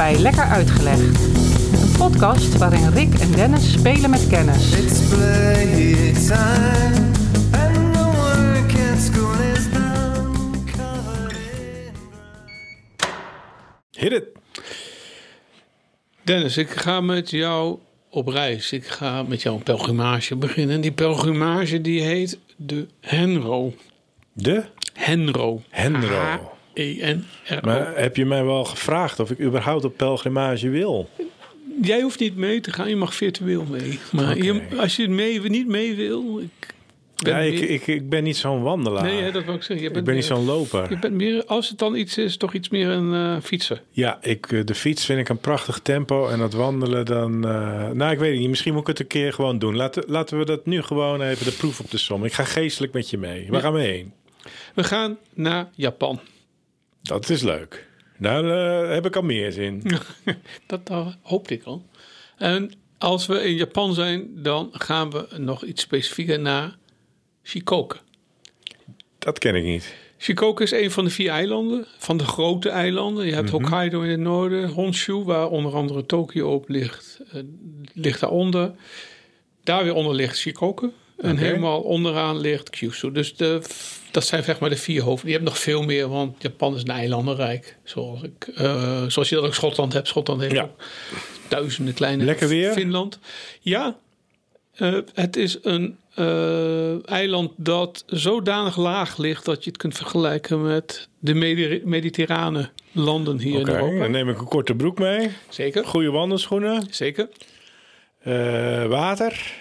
bij Lekker Uitgelegd. Een podcast waarin Rick en Dennis spelen met kennis. It's playtime and the work at school is done. Covered in... Hit it. Dennis, ik ga met jou op reis. Ik ga met jou een pelgrimage beginnen. Die pelgrimage die heet de Henro. De? Henro. Henro. H-E-N-R-O. Maar heb je mij wel gevraagd of ik überhaupt op pelgrimage wil? Jij hoeft niet mee te gaan, je mag virtueel mee. Maar Okay. als je niet mee wil... Ik ben niet zo'n wandelaar. Nee, dat wil ik zeggen. Ik ben niet zo'n loper. Je bent meer, als het dan iets is, toch iets meer een fietser. Ja, de fiets vind ik een prachtig tempo. En dat wandelen dan... ik weet niet. Misschien moet ik het een keer gewoon doen. Laten we dat nu gewoon even de proef op de som. Ik ga geestelijk met je mee. Waar gaan we heen? We gaan naar Japan. Dat is leuk. Daar heb ik al meer zin. Dat hoopte ik al. En als we in Japan zijn, dan gaan we nog iets specifieker naar Shikoku. Dat ken ik niet. Shikoku is een van de 4 eilanden, van de grote eilanden. Je hebt Hokkaido in het noorden, Honshu, waar onder andere Tokio op ligt, ligt daaronder. Daar weer onder ligt Shikoku. En helemaal onderaan ligt Kyushu. Dus dat zijn zeg maar de 4 hoofden. Je hebt nog veel meer, want Japan is een eilandenrijk. Zoals je dat ook Schotland hebt. Schotland heeft ook duizenden kleine... Lekker weer? Finland. Ja, het is een eiland dat zodanig laag ligt... dat je het kunt vergelijken met de mediterrane landen hier in Europa. Dan neem ik een korte broek mee. Zeker. Goede wandelschoenen. Zeker. Water.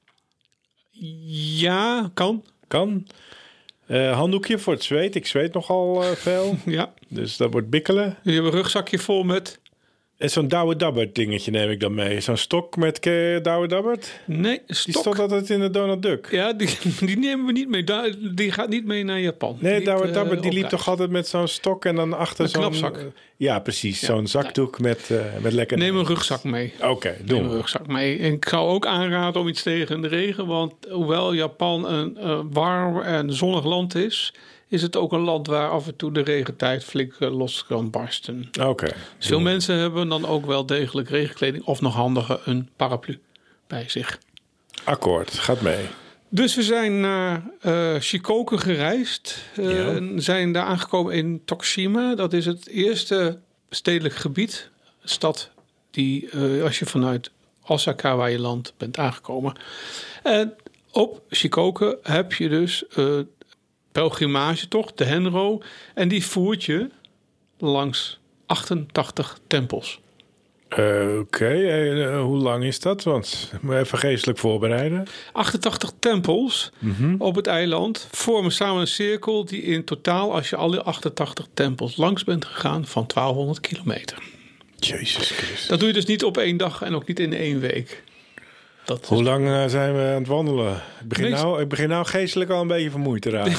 Ja, kan. Kan. Handdoekje voor het zweet. Ik zweet nogal veel. Ja. Dus dat wordt bikkelen. Je hebt een rugzakje vol met... En zo'n Douwe Dabbert dingetje neem ik dan mee. Zo'n stok met Douwe Dabbert. Nee, Die stok. stond altijd in de Donald Duck. Ja, die nemen we niet mee. Die gaat niet mee naar Japan. Nee, Douwe Niet, Dabbert die op liep reis. toch altijd met zo'n stok en dan achter Een zo'n... knapzak. Ja, precies. Ja. Zo'n zakdoek met lekker... Neem een rugzak mee. Oké, Neem doen een we. rugzak mee. En ik zou ook aanraden om iets tegen de regen. Want hoewel Japan een warm en zonnig land is het ook een land waar af en toe de regentijd flink los kan barsten. Oké. Veel mensen hebben dan ook wel degelijk regenkleding of nog handiger een paraplu bij zich. Akkoord, gaat mee. Dus we zijn naar Shikoku gereisd. Zijn daar aangekomen in Tokushima. Dat is het eerste stedelijk gebied. Stad die, als je vanuit Osaka waar je landt, bent aangekomen. En op Shikoku heb je dus pelgrimagetocht, de Henro. En die voert je langs 88 tempels. Oké, hoe lang is dat? Want ik moet even geestelijk voorbereiden. 88 tempels op het eiland vormen samen een cirkel die in totaal, als je alle 88 tempels langs bent gegaan, van 1200 kilometer. Jezus Christus. Dat doe je dus niet op 1 dag en ook niet in 1 week. Dat Hoe is... lang zijn we aan het wandelen? Ik begin nou geestelijk al een beetje vermoeid te raken.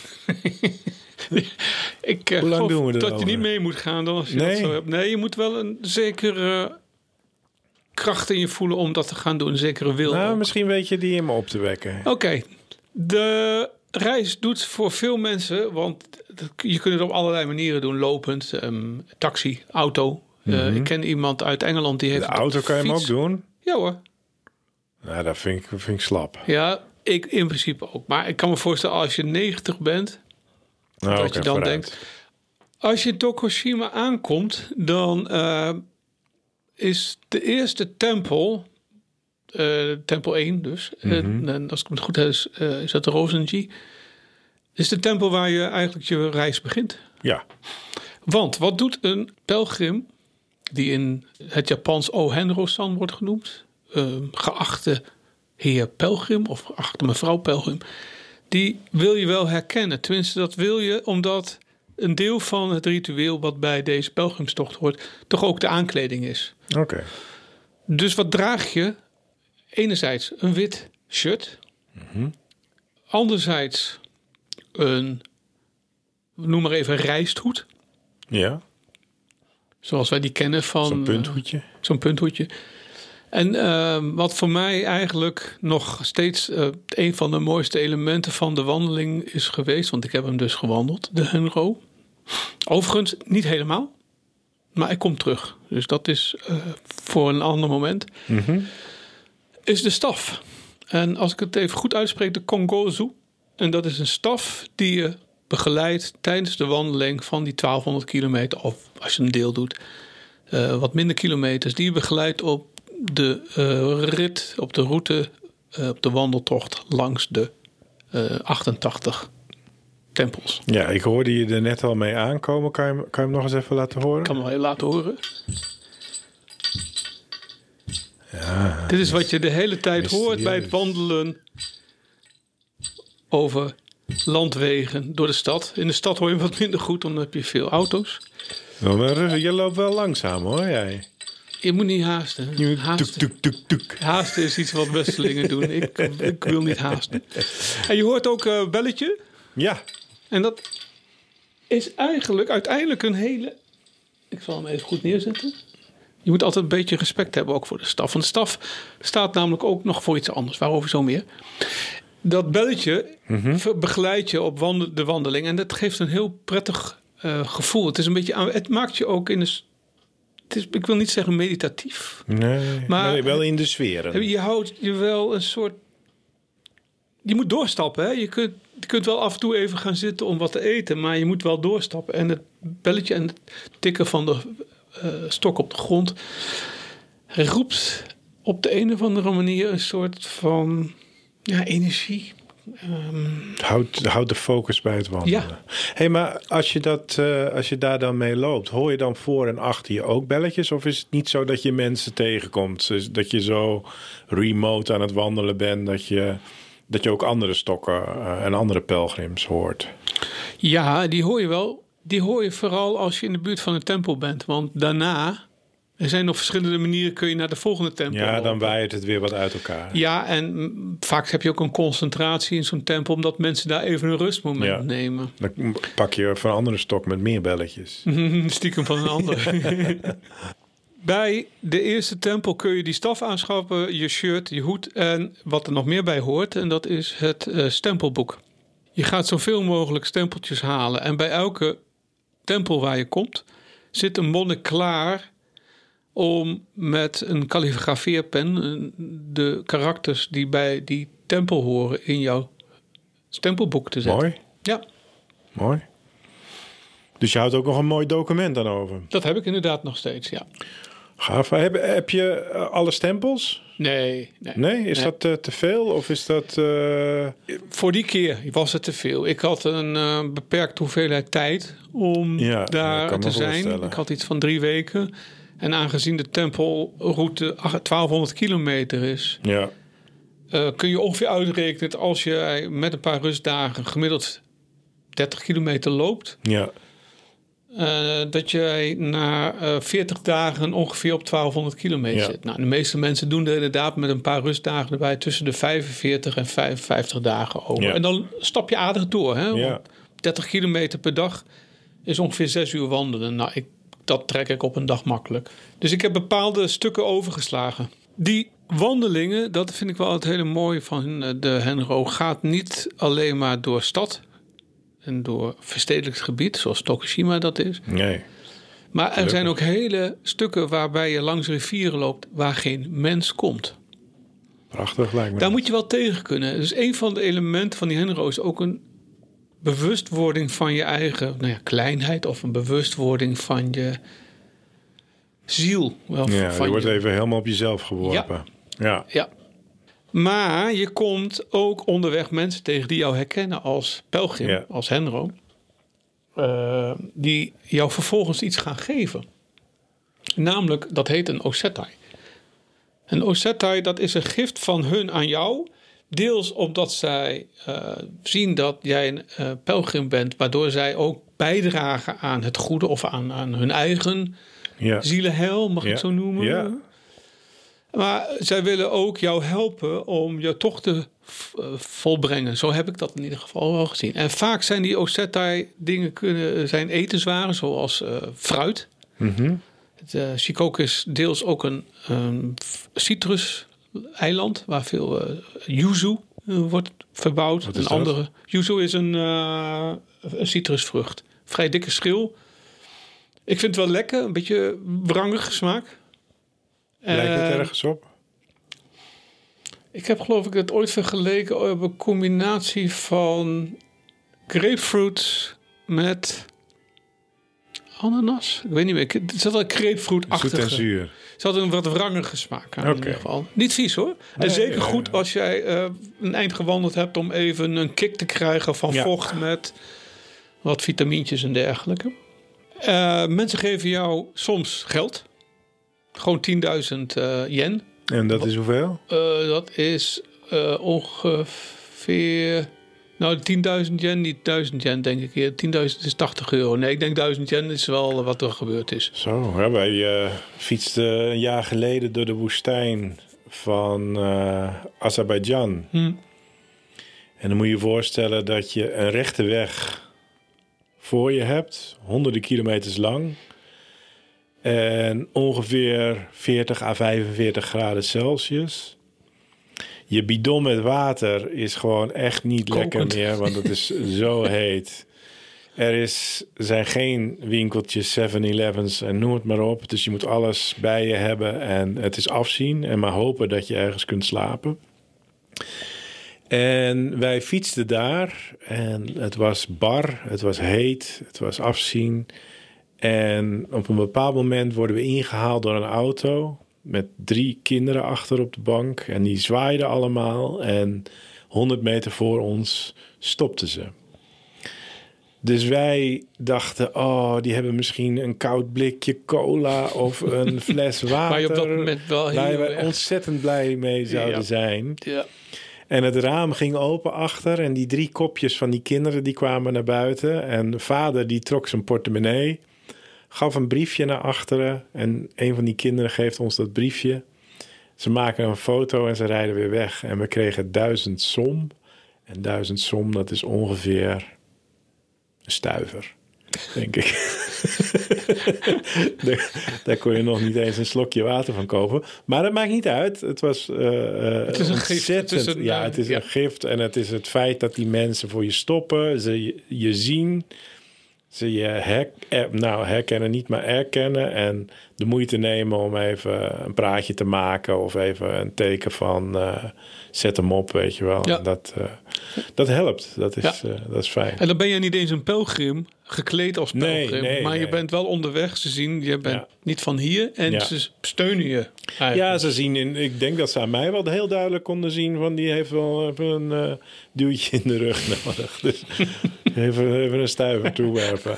Hoe lang doen we dat erover? je niet mee moet gaan dan als je Nee. dat zo hebt. Nee, je moet wel een zekere kracht in je voelen om dat te gaan doen. Een zekere wil. Nou, ook. misschien weet je die in me op te wekken. Oké, de reis doet voor veel mensen, want je kunt het op allerlei manieren doen. Lopend, taxi, auto. Ik ken iemand uit Engeland die heeft... De het op auto kan je hem ook fiets. doen? Ja hoor. Nou, dat vind ik slap. Ja, ik in principe ook. Maar ik kan me voorstellen als je 90 bent, Nou, dat oké, je dan vooruit. denkt... Als je in Tokushima aankomt, dan is de eerste tempel... tempel 1 dus. En als ik het goed heb, is dat de Rozenji. Is de tempel waar je eigenlijk je reis begint. Ja, Want wat doet een pelgrim die in het Japans O Henro-san wordt genoemd, geachte heer pelgrim of geachte mevrouw pelgrim, die wil je wel herkennen. Tenminste, dat wil je omdat een deel van het ritueel wat bij deze pelgrimstocht hoort, toch ook de aankleding is. oké. Dus wat draag je? Enerzijds een wit shirt. Anderzijds noem maar even een rijsthoed. Ja, Zoals wij die kennen van... zo'n punthoedje. Zo'n punthoedje. En wat voor mij eigenlijk nog steeds een van de mooiste elementen van de wandeling is geweest. Want ik heb hem dus gewandeld, de Henro. Overigens niet helemaal. Maar ik kom terug. Dus dat is voor een ander moment. Is de staf. En als ik het even goed uitspreek, de Kongozu. En dat is een staf die je begeleidt tijdens de wandeling van die 1200 kilometer. Of als je een deel doet, wat minder kilometers. Die je begeleidt op de rit, op de route, op de wandeltocht langs de 88 tempels. Ja, ik hoorde je er net al mee aankomen. Kan je hem nog eens even laten horen? Ik kan hem wel even laten horen. Ja, Dit is wat je de hele tijd mysterieus. hoort bij het wandelen over landwegen door de stad. In de stad hoor je wat minder goed, omdat heb je veel auto's. Je loopt wel langzaam hoor, jij. Je moet niet haasten. Haasten is iets wat Westelingen doen. Ik wil niet haasten. En je hoort ook belletje. Ja, En dat is eigenlijk uiteindelijk een hele... Ik zal hem even goed neerzetten. Je moet altijd een beetje respect hebben ook voor de staf. Want de staf staat namelijk ook nog voor iets anders. Waarover zo meer. Dat belletje begeleidt je op de wandeling. En dat geeft een heel prettig gevoel. Het is een beetje het maakt je ook in ik wil niet zeggen meditatief. nee, maar wel in de sferen. Je houdt je wel een soort... Je moet doorstappen. Hè? Je kunt wel af en toe even gaan zitten om wat te eten. Maar je moet wel doorstappen. En het belletje en het tikken van de stok op de grond roept op de een of andere manier een soort van energie. Houd de focus bij het wandelen. Ja. Hey, maar als je daar dan mee loopt, hoor je dan voor en achter je ook belletjes? Of is het niet zo dat je mensen tegenkomt? Dus dat je zo remote aan het wandelen bent dat je ook andere stokken en andere pelgrims hoort? Ja, die hoor je wel. Die hoor je vooral als je in de buurt van een tempel bent. Want daarna, er zijn nog verschillende manieren, kun je naar de volgende tempel Ja, dan lopen. waait het weer wat uit elkaar. Ja, en vaak heb je ook een concentratie in zo'n tempel, omdat mensen daar even een rustmoment nemen. Dan pak je van een andere stok met meer belletjes. Stiekem van een ander. Bij de eerste tempel kun je die staf aanschaffen, je shirt, je hoed en wat er nog meer bij hoort. En dat is het stempelboek. Je gaat zoveel mogelijk stempeltjes halen. En bij elke tempel waar je komt, zit een monnik klaar om met een kalligrafeerpen de karakters die bij die tempel horen in jouw stempelboek te zetten. Mooi, Ja, mooi. Dus je houdt ook nog een mooi document dan over. dat heb ik inderdaad nog steeds, ja. Gaaf. Heb je alle stempels? Nee. Nee? Is dat te veel? Of is dat... Voor die keer was het te veel. Ik had een beperkte hoeveelheid tijd om Ja, dat daar kan me te zijn. voorstellen. Ik had iets van 3 weken. En aangezien de tempelroute 1200 kilometer is, Ja, kun je ongeveer uitrekenen dat als je met een paar rustdagen gemiddeld 30 kilometer loopt, ja. dat jij na 40 dagen ongeveer op 1200 kilometer Ja. zit. Nou, de meeste mensen doen er inderdaad met een paar rustdagen erbij tussen de 45 en 55 dagen over. Ja. En dan stap je aardig door. Hè? Ja. Want 30 kilometer per dag is ongeveer 6 uur wandelen. Nou, dat trek ik op een dag makkelijk. Dus ik heb bepaalde stukken overgeslagen. Die wandelingen, dat vind ik wel het hele mooie van de Henro, gaat niet alleen maar door stad en door verstedelijkt gebied, zoals Tokushima dat is. Nee. Maar er zijn ook hele stukken waarbij je langs rivieren loopt waar geen mens komt. Prachtig lijkt me. Daar moet je wel tegen kunnen. Dus een van de elementen van die Henro is ook een bewustwording van je eigen kleinheid of een bewustwording van je ziel. Wel, Ja, van je wordt even helemaal op jezelf geworpen. Ja. Ja. Maar je komt ook onderweg mensen tegen die jou herkennen als pelgrim, Ja. als Henro. Die jou vervolgens iets gaan geven. Namelijk, dat heet een osetai. Een osetai, dat is een gift van hun aan jou. Deels omdat zij zien dat jij een pelgrim bent, waardoor zij ook bijdragen aan het goede of aan hun eigen Ja. zielenheil, mag ik Ja. zo noemen. Ja. Maar zij willen ook jou helpen om je tocht te volbrengen. Zo heb ik dat in ieder geval wel gezien. En vaak zijn die osetai dingen zijn etenswaren, zoals fruit. Mhm. Het Shikoku is deels ook een citrus-eiland waar veel yuzu wordt verbouwd. Wat is een dat? andere yuzu is een citrusvrucht, vrij dikke schil. Ik vind het wel lekker. Een beetje wrangige smaak. Lijkt het ergens op? Ik heb geloof ik het ooit vergeleken op een combinatie van grapefruit met ananas. Ik weet niet meer. Het zat wel grapefruit-achtige. Zoet en zuur. Het had een wat wrangige smaak aan in Oké. ieder geval. Niet vies hoor. En zeker goed als jij een eind gewandeld hebt om even een kick te krijgen van vocht met wat vitamintjes en dergelijke. Mensen geven jou soms geld. Gewoon 10.000 yen. En dat is hoeveel? Dat is ongeveer... Nou, 10.000 yen, niet 1000 yen denk ik. 10.000 is 80 euro. Nee, ik denk 1000 yen is wel wat er gebeurd is. Zo, ja, wij fietsten een jaar geleden door de woestijn van Azerbeidzjan. En dan moet je je voorstellen dat je een rechte weg voor je hebt, honderden kilometers lang. En ongeveer 40 à 45 graden Celsius. Je bidon met water is gewoon echt niet lekker meer, want het is zo heet. Er zijn geen winkeltjes, 7-Elevens en noem het maar op. Dus je moet alles bij je hebben en het is afzien en maar hopen dat je ergens kunt slapen. En wij fietsten daar en het was bar, het was heet, het was afzien. En op een bepaald moment worden we ingehaald door een auto met 3 kinderen achter op de bank. En die zwaaiden allemaal en 100 meter voor ons stopten ze. Dus wij dachten, die hebben misschien een koud blikje cola of een fles water. Waar je op dat moment wel heel waar we erg ontzettend blij mee zouden zijn. Ja. En het raam ging open achter en die 3 kopjes van die kinderen die kwamen naar buiten. En de vader die trok zijn portemonnee, gaf een briefje naar achteren en een van die kinderen geeft ons dat briefje. Ze maken een foto en ze rijden weer weg. En we kregen 1000 som. En 1000 som, dat is ongeveer een stuiver, denk ik. Daar kon je nog niet eens een slokje water van kopen. Maar dat maakt niet uit. Het was het is een gift. Het is een gift. En het is het feit dat die mensen voor je stoppen. Ze je zien. Ze je herkennen niet, maar erkennen. En de moeite nemen om even een praatje te maken. Of even een teken van zet hem op, weet je wel. Ja. Dat helpt. Dat is fijn. En dan ben je niet eens een pelgrim, gekleed als pelgrim. Nee, maar je bent wel onderweg. Ze zien, je bent niet van hier. En ze steunen je eigenlijk. Ja, ze zien, ik denk dat ze aan mij wel heel duidelijk konden zien van die heeft wel even een duwtje in de rug nodig. Dus even een stuiver toewerpen.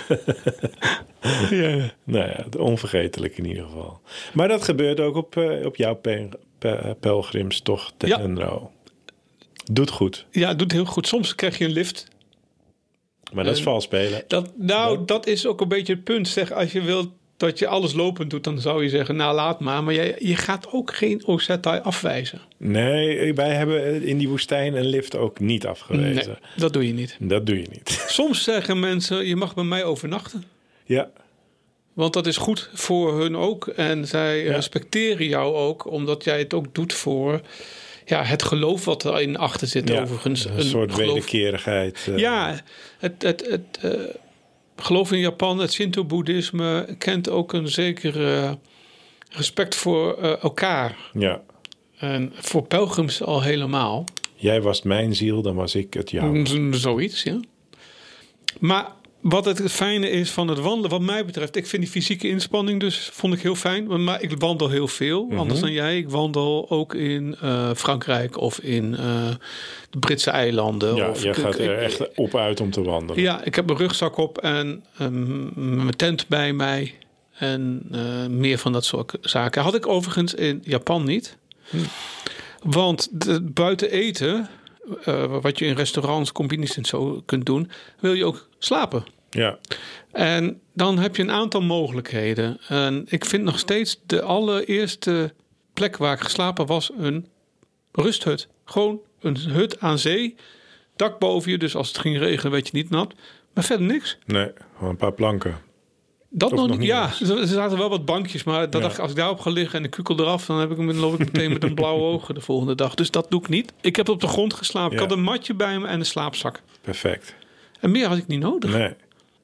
Ja. Nou ja, onvergetelijk in ieder geval. Maar dat gebeurt ook op jouw pelgrimstocht ten Enro. Doet goed. Ja, het doet heel goed. Soms krijg je een lift. Maar dat is vals spelen. Dat is ook een beetje het punt. Zeg, als je wilt dat je alles lopend doet, dan zou je zeggen, nou laat maar. Maar je gaat ook geen Osetai afwijzen. Nee, wij hebben in die woestijn een lift ook niet afgewezen. Nee, dat doe je niet. Dat doe je niet. Soms zeggen mensen, je mag bij mij overnachten. Ja. Want dat is goed voor hun ook. En zij respecteren jou ook, omdat jij het ook doet voor het geloof wat erin achter zit. Overigens. Een soort wederkerigheid. Het geloof in Japan, het Shinto-boeddhisme, kent ook een zekere respect voor elkaar. Ja. En voor pelgrims al helemaal. Jij was mijn ziel, dan was ik het jouw. Zoiets, ja. Maar wat het fijne is van het wandelen, wat mij betreft, ik vind die fysieke inspanning dus, vond ik heel fijn. Maar ik wandel heel veel, anders dan jij. Ik wandel ook in Frankrijk of in de Britse eilanden. Ja, je gaat er echt op uit om te wandelen. Ja, ik heb mijn rugzak op en mijn tent bij mij. En meer van dat soort zaken. Had ik overigens in Japan niet. Want buiten eten, wat je in restaurants, combines en zo kunt doen, wil je ook slapen. Ja. En dan heb je een aantal mogelijkheden. En ik vind nog steeds de allereerste plek waar ik geslapen was een rusthut. Gewoon een hut aan zee. Dak boven je, dus als het ging regenen werd je niet nat. Maar verder niks. Nee, gewoon een paar planken. Dat nog niet. Ja, er zaten wel wat bankjes. Maar dat dacht ik, als ik daarop ga liggen en de kukel eraf, dan loop ik meteen met een blauwe ogen de volgende dag. Dus dat doe ik niet. Ik heb op de grond geslapen. Ik had een matje bij me en een slaapzak. Perfect. En meer had ik niet nodig. Nee.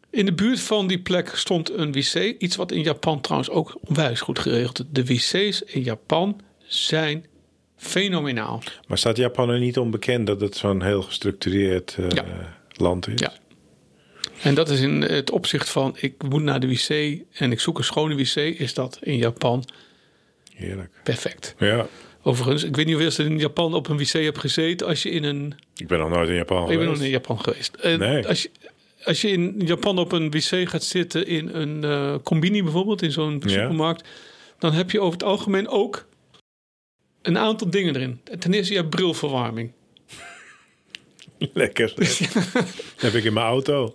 In de buurt van die plek stond een wc. Iets wat in Japan trouwens ook onwijs goed geregeld is. De wc's in Japan zijn fenomenaal. Maar staat Japan er niet onbekend dat het zo'n heel gestructureerd land is? Ja. En dat is in het opzicht van ik moet naar de wc en ik zoek een schone wc, is dat in Japan Heerlijk. perfect. Ja. Overigens, ik weet niet of je in Japan op een wc hebt gezeten als je in een... Ik ben nog nooit in Japan Ik ben geweest. nog in Japan geweest. Nee. Als je in Japan op een wc gaat zitten in een combini bijvoorbeeld, in zo'n supermarkt, dan heb je over het algemeen ook een aantal dingen erin. Ten eerste, je hebt brilverwarming. Lekker. Dat heb ik in mijn auto.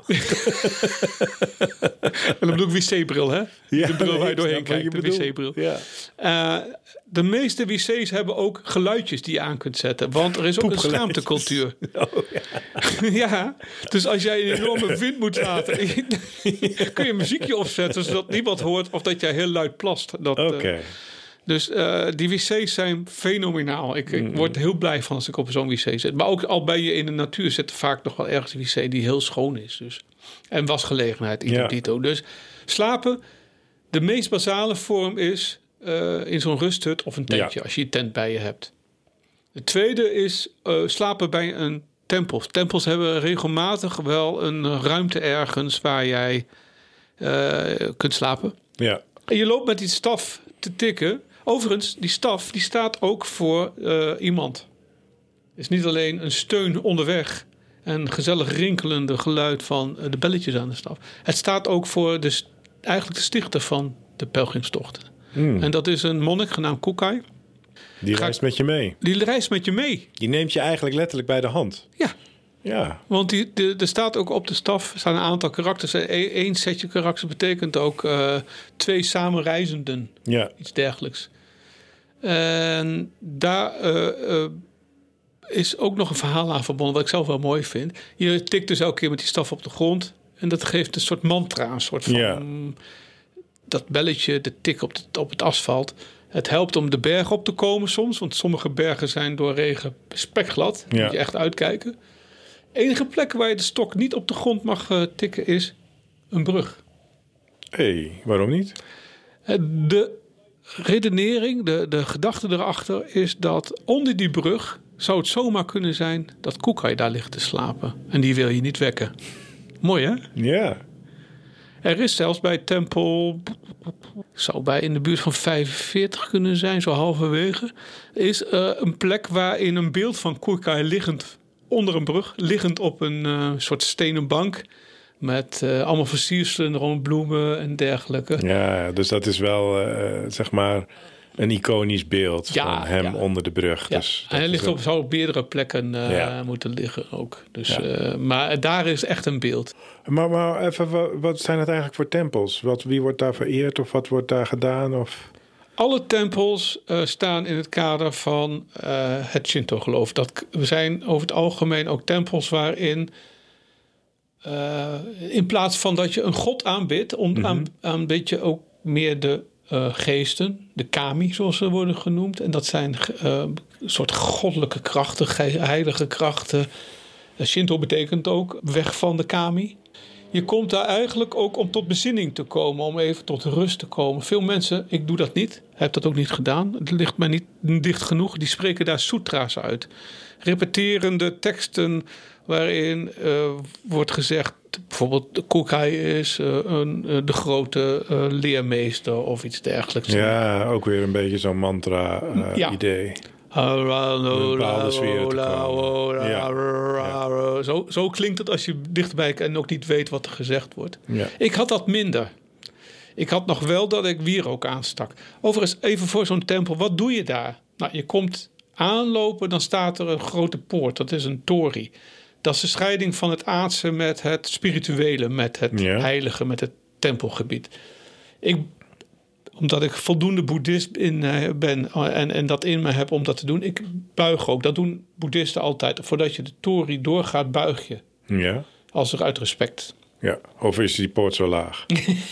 En dan bedoel ik wc-bril, hè? De bril waar je doorheen snap wat kijkt, je de bedoelt. wc-bril. Ja. De meeste wc's hebben ook geluidjes die je aan kunt zetten. Want er is ook een Poepgeluidjes. schaamtecultuur. Oh, ja. Ja, dus als jij in een enorme wind moet laten, kun je een muziekje opzetten zodat niemand hoort of dat jij heel luid plast. Oké. Dus die wc's zijn fenomenaal. Ik word heel blij van als ik op zo'n wc zit. Maar ook al ben je in de natuur, zit er vaak nog wel ergens een wc die heel schoon is. Dus. En wasgelegenheid, idem dito. Dus slapen, de meest basale vorm is in zo'n rusthut of een tentje, als je je tent bij je hebt. De tweede is slapen bij een tempel. Tempels hebben regelmatig wel een ruimte ergens waar jij kunt slapen. Ja. En je loopt met die staf te tikken. Overigens, die staf die staat ook voor iemand. Het is niet alleen een steun onderweg en gezellig rinkelende geluid van de belletjes aan de staf. Het staat ook voor eigenlijk de stichter van de pelgrimstochten. En dat is een monnik genaamd Kukai. Die reist met je mee. Die reist met je mee. Die neemt je eigenlijk letterlijk bij de hand. Ja. Ja. Want er staat ook op de staf staan een aantal karakters. Eén setje karakters betekent ook 2 samenreizenden. Ja. Iets dergelijks. En daar is ook nog een verhaal aan verbonden, wat ik zelf wel mooi vind. Je tikt dus elke keer met die staf op de grond. En dat geeft een soort mantra, een soort van... Dat belletje, de tik op het asfalt. Het helpt om de berg op te komen soms. Want sommige bergen zijn door regen spekglad. Daar moet je echt uitkijken. Enige plek waar je de stok niet op de grond mag tikken is een brug. Waarom niet? De redenering, de gedachte erachter is dat onder die brug zou het zomaar kunnen zijn dat Kukai daar ligt te slapen. En die wil je niet wekken. Mooi, hè? Ja. Er is zelfs bij tempel, zou bij in de buurt van 45 kunnen zijn, zo halverwege, is een plek waarin een beeld van Kukai liggend onder een brug, liggend op een soort stenen bank met allemaal versierselen rond bloemen en dergelijke. Ja, dus dat is wel, zeg maar, een iconisch beeld van hem onder de brug. Ja. Dus en hij ligt zou op meerdere plekken moeten liggen ook. Dus, maar daar is echt een beeld. Maar even, wat zijn het eigenlijk voor tempels? Wie wordt daar vereerd of wat wordt daar gedaan? Of... Alle tempels staan in het kader van het Shinto-geloof. We zijn over het algemeen ook tempels waarin... in plaats van dat je een god aanbidt... aanbid je ook meer de geesten. De kami, zoals ze worden genoemd. En dat zijn een soort goddelijke krachten, heilige krachten. Shinto betekent ook weg van de kami. Je komt daar eigenlijk ook om tot bezinning te komen, om even tot rust te komen. Veel mensen, ik doe dat niet, heb dat ook niet gedaan. Het ligt mij niet dicht genoeg. Die spreken daar sutra's uit. Repeterende teksten waarin wordt gezegd, bijvoorbeeld de Kukai is de grote leermeester of iets dergelijks. Ja, ook weer een beetje zo'n mantra-idee. Een bepaalde sfeer te komen. Zo klinkt het als je dichtbij en ook niet weet wat er gezegd wordt. Ja. Ik had dat minder. Ik had nog wel dat ik wierook aanstak. Overigens, even voor zo'n tempel, wat doe je daar? Nou, je komt aanlopen, dan staat er een grote poort. Dat is een tori. Dat is de scheiding van het aardse met het spirituele, met het heilige, met het tempelgebied. Omdat ik voldoende boeddhist ben en dat in me heb om dat te doen. Ik buig ook. Dat doen boeddhisten altijd. Voordat je de tori doorgaat, buig je. Ja. Als er uit respect. Ja. Of is die poort zo laag?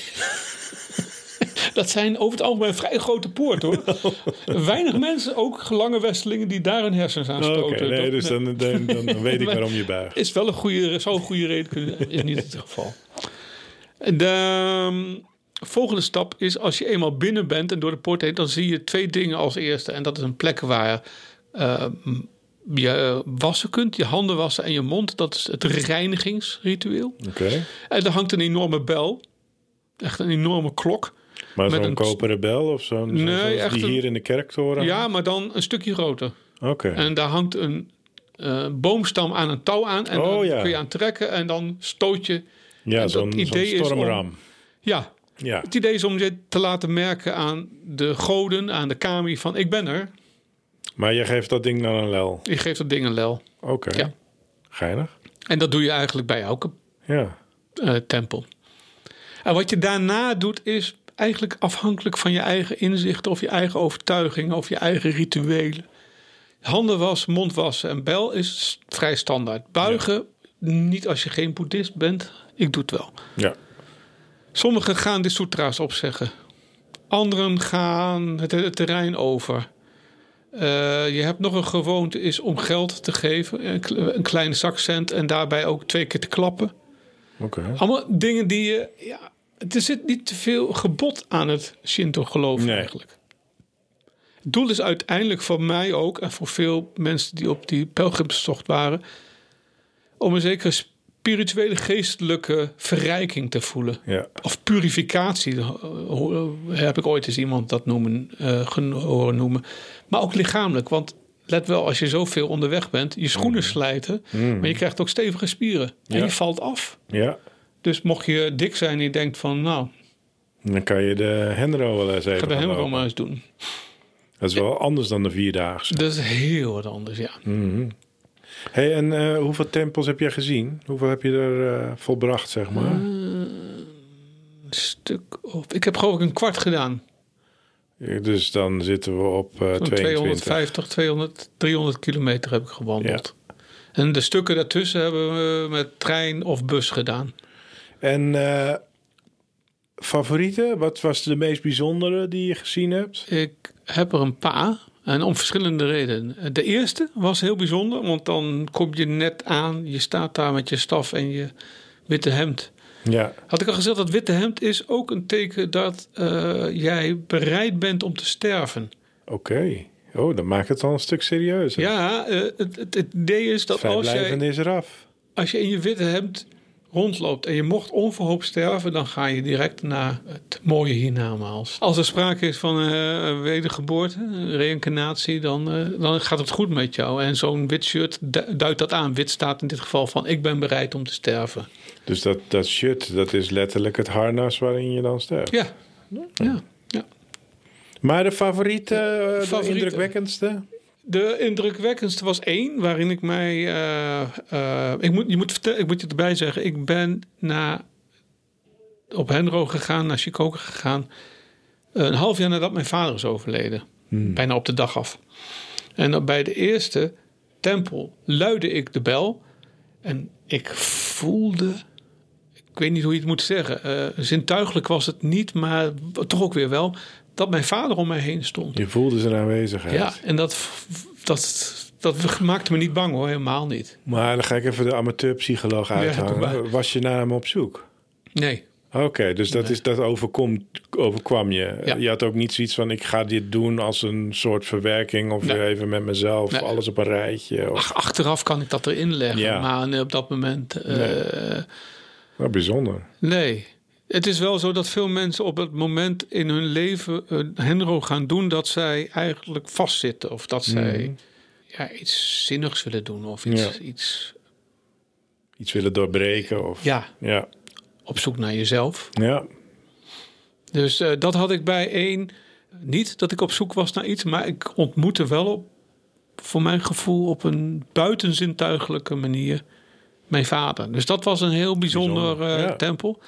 Dat zijn over het algemeen vrij grote poort, hoor. Weinig mensen, ook lange westelingen, die daar hun hersens aan stoten. Oké, nee, dus dan weet ik waarom je buigt. Is wel zou een goede reden kunnen, is niet het geval. De volgende stap is als je eenmaal binnen bent en door de poort heen, dan zie je 2 dingen als eerste. En dat is een plek waar je wassen kunt, je handen wassen en je mond. Dat is het reinigingsritueel. Oké. En er hangt een enorme bel. Echt een enorme klok. Maar Met zo'n een- koperen bel of zo'n Nee, zoals echt die een- hier in de kerktoren? Ja, maar dan een stukje groter. Oké. En daar hangt een boomstam aan een touw aan. En Oh, dan ja. kun je aan trekken en dan stoot je. Ja, en zo'n dat idee is om- stormram. Ja, Ja. het idee is om je te laten merken aan de goden, aan de kami van ik ben er. Maar je geeft dat ding dan een lel? Je geeft dat ding een lel. Oké. Ja. Geinig. En dat doe je eigenlijk bij elke Ja. tempel. En wat je daarna doet is eigenlijk afhankelijk van je eigen inzichten of je eigen overtuigingen of je eigen rituelen. Handen wassen, mond wassen en bel is vrij standaard. Buigen, niet als je geen boeddhist bent. Ik doe het wel. Ja. Sommigen gaan de sutra's opzeggen. Anderen gaan het terrein over. Je hebt nog een gewoonte is om geld te geven. Een kleine zakcent en daarbij ook 2 keer te klappen. Oké. Allemaal dingen die je... Ja, er zit niet te veel gebod aan het Shinto-geloof Nee. eigenlijk. Het doel is uiteindelijk voor mij ook... en voor veel mensen die op die pelgrimstocht waren... om een zekere spirituele geestelijke verrijking te voelen. Ja. Of purificatie, heb ik ooit eens iemand dat horen noemen. Maar ook lichamelijk, want let wel, als je zoveel onderweg bent... je schoenen slijten, maar je krijgt ook stevige spieren. En Ja. je valt af. Ja. Dus mocht je dik zijn en je denkt van... nou, Dan kan je de Henro wel eens ik even ga de gaan Henro lopen. maar eens doen. Dat is wel anders dan de 4-daagse. Dat is heel wat anders, ja. Hey, en hoeveel tempels heb jij gezien? Hoeveel heb je er volbracht, zeg maar? Ik heb geloof ik een kwart gedaan. Dus dan zitten we op Zo'n 22. 250, 200, 300 kilometer heb ik gewandeld. En de stukken daartussen hebben we met trein of bus gedaan. En favorieten? Wat was de meest bijzondere die je gezien hebt? Ik heb er een paar. En om verschillende redenen. De eerste was heel bijzonder. Want dan kom je net aan. Je staat daar met je staf en je witte hemd. Ja. Had ik al gezegd, dat witte hemd is ook een teken dat jij bereid bent om te sterven. Oké. Oh, dan maakt het al een stuk serieuzer. Ja, het idee is dat Vrijblijvende is eraf. als je in je witte hemd rondloopt en je mocht onverhoopt sterven, dan ga je direct naar het mooie hiernamaals. Als er sprake is van wedergeboorte, reïncarnatie, dan gaat het goed met jou. En zo'n wit shirt duidt dat aan. Wit staat in dit geval van ik ben bereid om te sterven. Dus dat shirt, dat is letterlijk het harnas waarin je dan sterft. Ja, ja. Maar de favoriete, de Favoriete? indrukwekkendste? De indrukwekkendste was 1, waarin ik mij... ik moet je erbij zeggen, ik ben op Henro gegaan, naar Shikoku gegaan, een half jaar nadat mijn vader is overleden. Bijna op de dag af. En dan bij de eerste tempel luidde ik de bel en ik voelde... Ik weet niet hoe je het moet zeggen. Zintuigelijk was het niet, maar toch ook weer wel... dat mijn vader om mij heen stond. Je voelde zijn aanwezigheid. Ja, en dat maakte me niet bang hoor, helemaal niet. Maar dan ga ik even de amateurpsycholoog doe uithangen. maar. Was je naar hem op zoek? Nee. Oké, dus dat overkwam je. Ja. Je had ook niet zoiets van ik ga dit doen als een soort verwerking of Nee. weer even met mezelf Nee. alles op een rijtje. Of... Achteraf kan ik dat erin leggen, Ja. maar op dat moment... Nou, bijzonder. Nee. Het is wel zo dat veel mensen op het moment in hun leven een Henro gaan doen... dat zij eigenlijk vastzitten of dat zij iets zinnigs willen doen of iets Iets willen doorbreken of... ja, Ja. op zoek naar jezelf. Ja. Dus dat had ik bij 1. Niet dat ik op zoek was naar iets, maar ik ontmoette wel voor mijn gevoel op een buitenzintuigelijke manier mijn vader. Dus dat was een heel bijzonder Ja. tempel.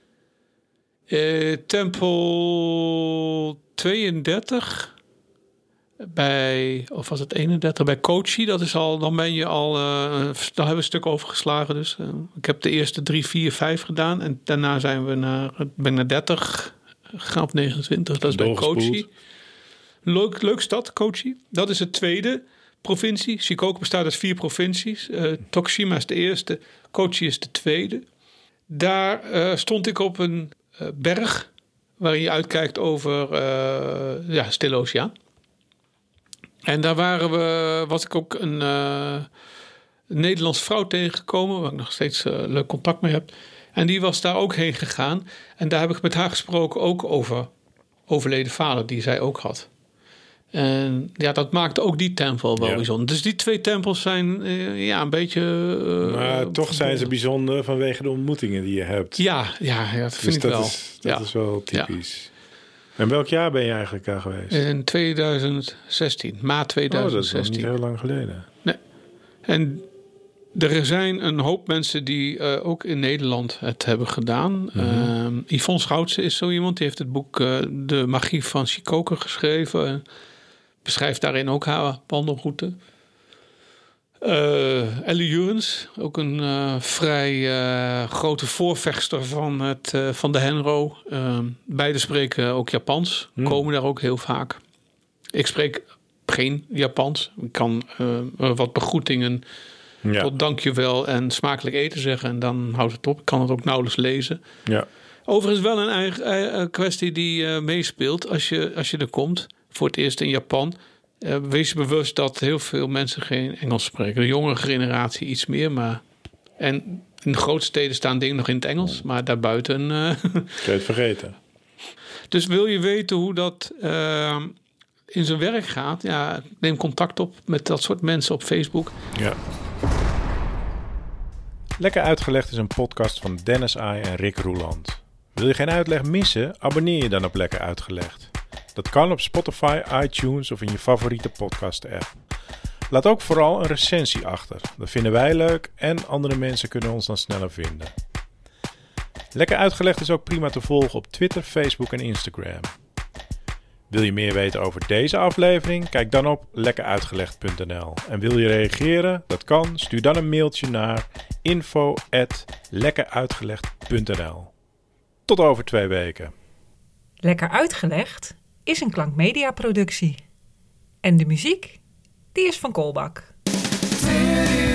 Tempel 32 of was het 31 bij Kochi. Dat is al, dan ben je al, daar hebben we een stuk over geslagen. Dus ik heb de eerste 3, 4, 5 gedaan en daarna ben ik naar 30 gegaan of 29. Dat is bij Doorgespoeld. Kochi. Leuk stad, Kochi. Dat is het tweede provincie. Shikoku bestaat uit 4 provincies. Tokushima is de eerste, Kochi is de tweede. Daar stond ik op een berg waar je uitkijkt over Stille Oceaan. En daar was ik ook een Nederlandse vrouw tegengekomen, waar ik nog steeds leuk contact mee heb. En die was daar ook heen gegaan. En daar heb ik met haar gesproken ook over overleden vader, die zij ook had. En ja, dat maakte ook die tempel wel bijzonder. Dus die 2 tempels zijn een beetje... maar toch zijn ze bijzonder vanwege de ontmoetingen die je hebt. Ja, dat vind ik wel. Dat is wel typisch. Ja. En welk jaar ben je eigenlijk daar geweest? In 2016, maart 2016. Dat is nog niet heel lang geleden. Nee. En er zijn een hoop mensen die ook in Nederland het hebben gedaan. Mm-hmm. Yvonne Schoutse is zo iemand. Die heeft het boek De Magie van Shikoku geschreven. En beschrijft daarin ook haar wandelroute. Ellie Jurens, ook een vrij grote voorvechter van de Henro. Beide spreken ook Japans. Komen daar ook heel vaak. Ik spreek geen Japans. Ik kan wat begroetingen... tot dankjewel en smakelijk eten zeggen. En dan houdt het op. Ik kan het ook nauwelijks lezen. Ja. Overigens wel een eigen kwestie die meespeelt als je er komt. Voor het eerst in Japan. Wees je bewust dat heel veel mensen geen Engels spreken. De jongere generatie iets meer. En in de grote steden staan dingen nog in het Engels. Maar daarbuiten... kun je het vergeten. Dus wil je weten hoe dat... in zijn werk gaat... Ja, neem contact op met dat soort mensen op Facebook. Ja. Lekker Uitgelegd is een podcast van Dennis Ai en Rick Roeland. Wil je geen uitleg missen? Abonneer je dan op Lekker Uitgelegd. Dat kan op Spotify, iTunes of in je favoriete podcast-app. Laat ook vooral een recensie achter. Dat vinden wij leuk en andere mensen kunnen ons dan sneller vinden. Lekker Uitgelegd is ook prima te volgen op Twitter, Facebook en Instagram. Wil je meer weten over deze aflevering? Kijk dan op lekkeruitgelegd.nl. En wil je reageren? Dat kan. Stuur dan een mailtje naar info@lekkeruitgelegd.nl. Tot over 2 weken. Lekker Uitgelegd is een klankmedia productie. En de muziek, die is van Kolbak. Did you